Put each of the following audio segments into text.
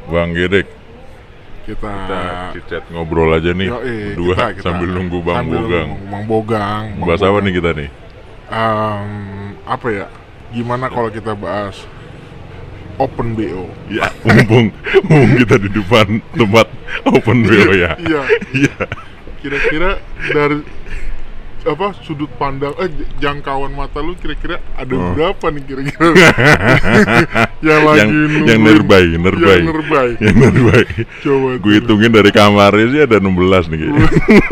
Bang Gedek. Kita chat ngobrol aja nih. Berdua sambil nunggu Bang Bogang. Bang Bogang. Bahas apa nih kita nih? Apa ya? Gimana kalau kita bahas Open BO? Ya, mumpung kita di depan tempat Open BO ya. Iya. Kira-kira dari sudut pandang jangkauan mata lu kira-kira ada berapa nih kira-kira yang lagi yang nearby coba gue hitungin dari kamarnya sih ada 16 nih kayaknya.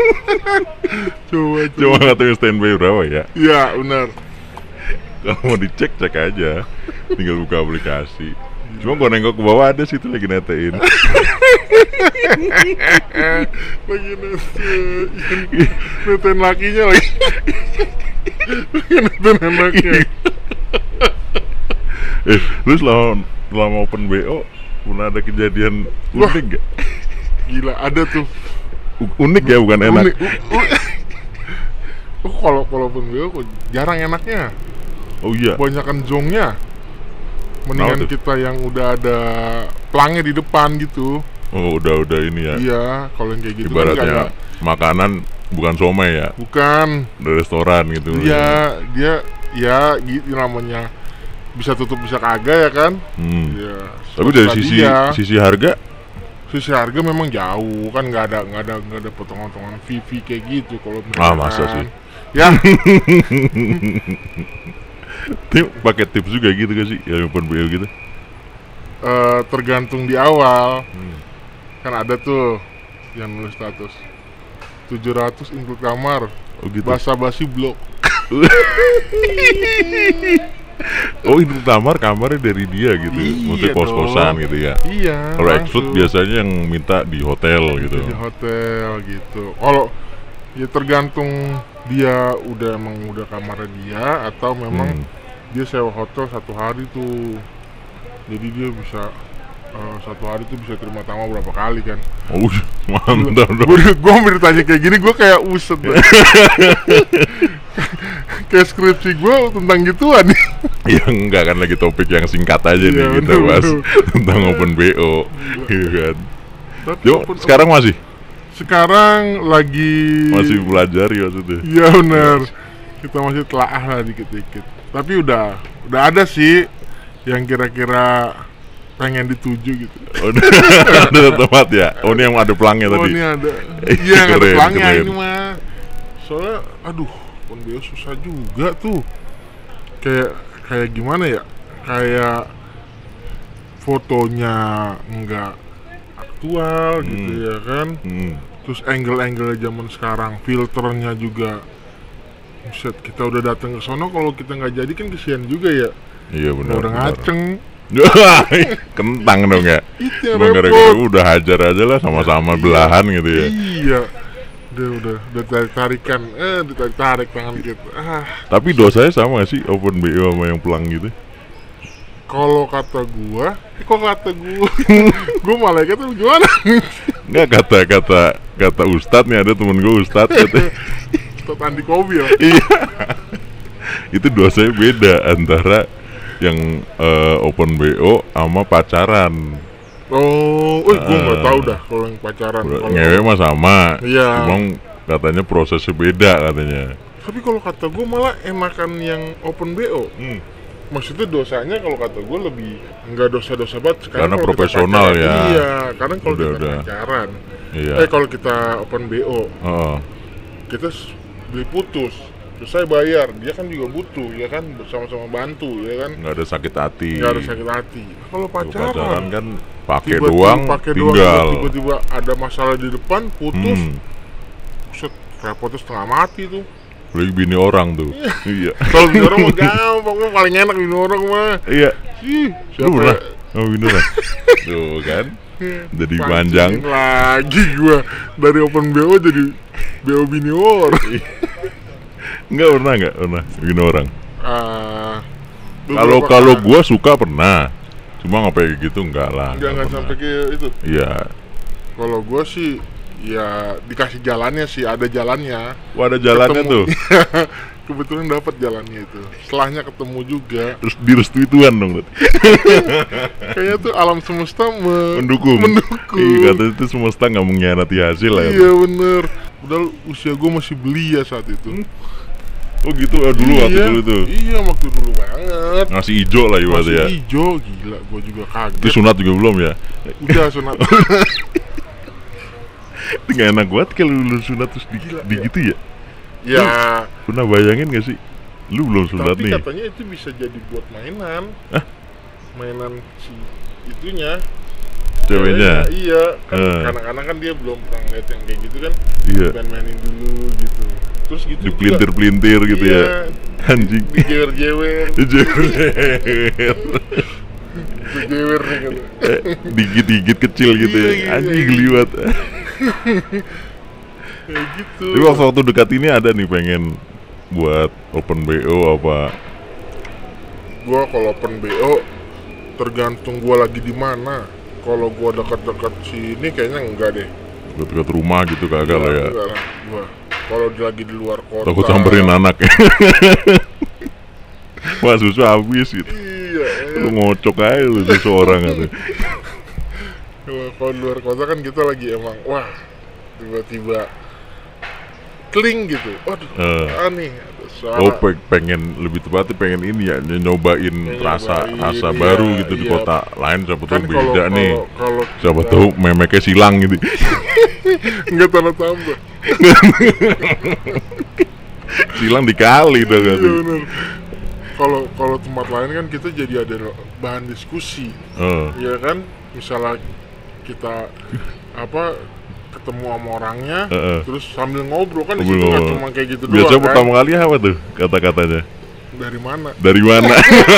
coba ngatain standby berapa ya? Iya benar, kalau mau dicek cek aja, tinggal buka aplikasi. Cuma gue nengok ke bawah ada situ lagi netein. Lagi netein lakinya lagi. Netein anaknya. Lu selama Open BO pernah ada kejadian unik gak? Gila ada tuh. Unik ya, bukan enak. Kalau Open BO jarang enaknya. Oh iya. Banyakan zongnya. Mendingan kita yang udah ada pelangnya di depan gitu. Oh udah ini ya. Iya, kalau yang kayak gitu ibaratnya kan makanan bukan somai ya. Bukan. Dari restoran gitu. Iya, dia ya gitu namanya. Bisa tutup bisa kagak ya kan? Ya, tapi dari sisi harga memang jauh kan, nggak ada potongan-potongan VV kayak gitu kalau masa sih? Ya. Pakai tips juga gitu gak sih yang Open BO gitu? Tergantung di awal. Kan ada tuh yang nulis status 700 include kamar. Oh gitu. Basa-basi blok. Oh itu kamarnya dari dia gitu. Maksudnya kos-kosan gitu ya. Iya. Kalau exclude biasanya yang minta di hotel gitu. Di hotel gitu. Kalau ya tergantung dia udah kamarnya dia atau memang dia sewa hotel 1 hari tuh. Jadi dia bisa 1 hari tuh bisa terima tamu berapa kali kan. Oh mantap dong. Gue hampir ditanya kayak gini gue kayak uset. Kayak skripsi gue tentang gituan. Ya enggak kan, lagi topik yang singkat aja nih kita bahas tentang Open BO gitu kan. Sekarang Sekarang masih belajar ya maksudnya. Iya benar. Kita masih telaah lah dikit-dikit. Tapi udah ada sih yang kira-kira pengen dituju gitu. Ada tempat ya? Oh ini yang ada pelangnya tadi? Oh ini ada. Iya yang ada pelangnya ini mah. Soalnya Open BO susah juga tuh. Kayak gimana ya? Kayak fotonya enggak aktual gitu ya kan. Terus angle zaman sekarang, filternya juga. Buset, kita udah datang ke sono kalau kita nggak jadi kan kesian juga ya. Iya benar. Udah ngaceng. Kentang dong ya. Itu yang repot. Udah hajar aja lah sama-sama belahan gitu ya. Iya. Udah tarik-tarikan. Ditarik tangan gitu. Tapi dosanya sama gak sih Open BO sama yang pelang gitu? Kalau kata gua malaikat tuh gimana? Enggak, kata Ustadz nih, ada temen gua Ustadz katanya. Ustadz Andi Kobil. Iya. Itu dosanya beda antara yang Open BO sama pacaran. Oh, gua nggak tahu dah kalau yang pacaran. Ngewe mah sama. Iya. Cuma katanya prosesnya beda katanya. Tapi kalau kata gua malah enakan yang Open BO. Maksudnya dosanya kalau kata gue lebih enggak dosa-dosa banget karena profesional ya. Iya, karena kalau kita pacaran. Iya. Kalau kita Open BO. Kita beli putus. Terus saya bayar, dia kan juga butuh ya kan, bersama-sama bantu ya kan. Enggak ada sakit hati. Kalau pacaran kan pakai doang tinggal. Tiba-tiba ada masalah di depan, putus. Buset, repotnya setengah mati tuh. Lagi bini orang tuh. Iya. Kalau bini orang mah gampang, paling enak bini orang mah. Iya. Siapa? Lu pernah? Bini orang. Tuh kan. Jadi panjang lagi gua dari Open BO jadi BO bini orang. Enggak pernah bini orang. Kalau gua suka pernah. Cuma ngapain gitu enggak lah. Enggak sampai ke itu. Iya. Kalau gua sih Ya dikasih jalannya sih, ada jalannya. Wah, ada jalannya Ketemu. tuh. Kebetulan dapat jalannya itu. Setelahnya ketemu juga. Terus direstui Tuhan dong berarti. Kayaknya tuh alam semesta Mendukung. mendukung. Iya, katanya itu semesta nggak mengkhianati hasil lah. Iya bener. Padahal usia gue masih belia saat itu. Oh gitu, dulu waktu dulu tuh. Iya, waktu dulu banget. Ngasih hijau lah ibaratnya ya. Masih hijau, gila. Gue juga kaget. Itu sunat juga belum ya? Udah sunat. Nggak enak banget kalau lu sunat terus di gitu ya. Ya. Pernah bayangin gak sih? Lu belum sunat Tapi nih. katanya itu bisa jadi buat mainan. Mainan si itunya. Ceweknya? Iya, kan kadang-kadang kan dia belum pernah ngeliat yang kayak gitu kan. Iya. Main-mainin dulu gitu. Terus gitu Dipelintir-pelintir gitu ya. Anjing. Dijewer-jewer. Dijewer. Dijewer nih gitu. Digigit-digit kecil gitu ya. Iya, Anjing geliwat. Kayak gitu. Tapi waktu dekat ini ada nih pengen buat open BO apa? Gua kalau open BO tergantung gua lagi di mana. Kalau gua dekat-dekat sini kayaknya enggak deh. Dekat rumah gitu kagak lah ya. Enggak lah gua. Kalau lagi di luar kota. Takut samperin anak. Wah, susu habis gitu. Iya. Lu ngocok aja lu seseorang gitu. Kalau di luar kota kan kita lagi emang wah tiba-tiba kling gitu. Waduh, aneh. Oh, pengen lebih tepatnya pengen ini ya nyobain rasa baru gitu di kota lain, siapa tahu beda nih. Siapa tahu memeknya silang gitu. Enggak tanda tambah. Silang dikali dong Iya gitu. bener. Kalau tempat lain kan kita jadi ada bahan diskusi. Iya kan? Misalnya kita ketemu sama orangnya, terus sambil ngobrol kan di situ nggak cuma kayak gitu doang. Biasanya pertama kali apa tuh kata-katanya? Dari mana? Dari mana?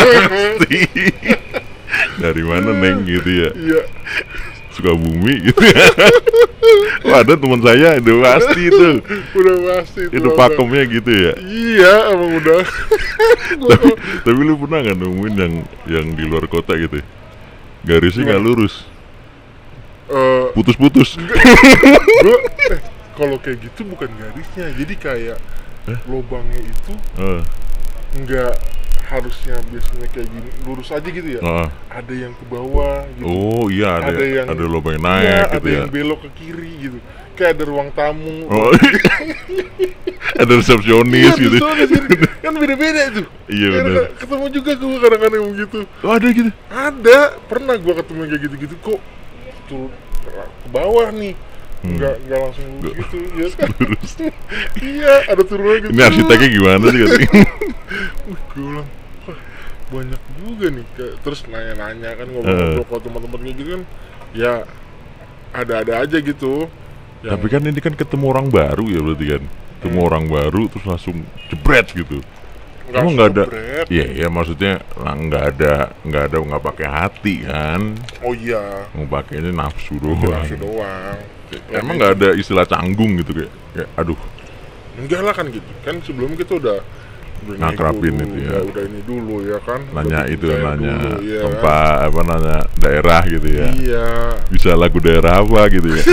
Dari mana Neng gitu ya? Iya. Sukabumi gitu. Wah, ada teman saya udah pasti itu. Udah pasti itu. Itu pakemnya gitu ya. Iya, emang udah. Tapi lu pernah nggak nemuin yang di luar kota gitu? Garisnya nggak lurus. Putus-putus. Kalau kayak gitu bukan garisnya, jadi kayak lubangnya itu nggak harusnya biasanya kayak gini lurus aja gitu ya. Ada yang ke bawah gitu. Oh iya, ada lubang yang naik iya, gitu ada ya. yang belok ke kiri gitu. Kayak ada ruang tamu. Oh, ada resepsionis gitu. Kan beda-beda tuh. Iya benar. Ketemu juga gue kadang-kadang begitu. Oh, ada gitu. Ada, pernah gue ketemu kayak gitu-gitu kok turun ke bawah nih. Enggak langsung gitu ya kan. Iya, ada turunnya gitu. Ini arsiteknya gimana sih katanya? Gue bilang, wah banyak juga nih. Terus nanya-nanya kan ngobrol-ngobrol kalau teman-teman kayak gitu kan. Ya ada-ada aja gitu. Tapi kan ini kan ketemu orang baru ya berarti kan. Ketemu orang baru terus langsung jebret gitu. Emang nggak ada? Iya, maksudnya nggak pakai hati kan? Oh iya. Mau pakainya nafsu doang. Nafsu doang. Emang nggak ada istilah canggung gitu kayak aduh. Enggak lah kan gitu. Kan sebelum kita udah ngakrapin itu ya. Udah ini dulu ya kan. Nanya itu nanya dulu, ya tempat kan? Nanya daerah gitu ya. Iya. Bisa lagu daerah apa gitu ya.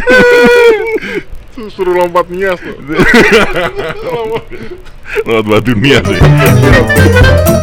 Suruh lompat nias loh. Lompat batu nias ya.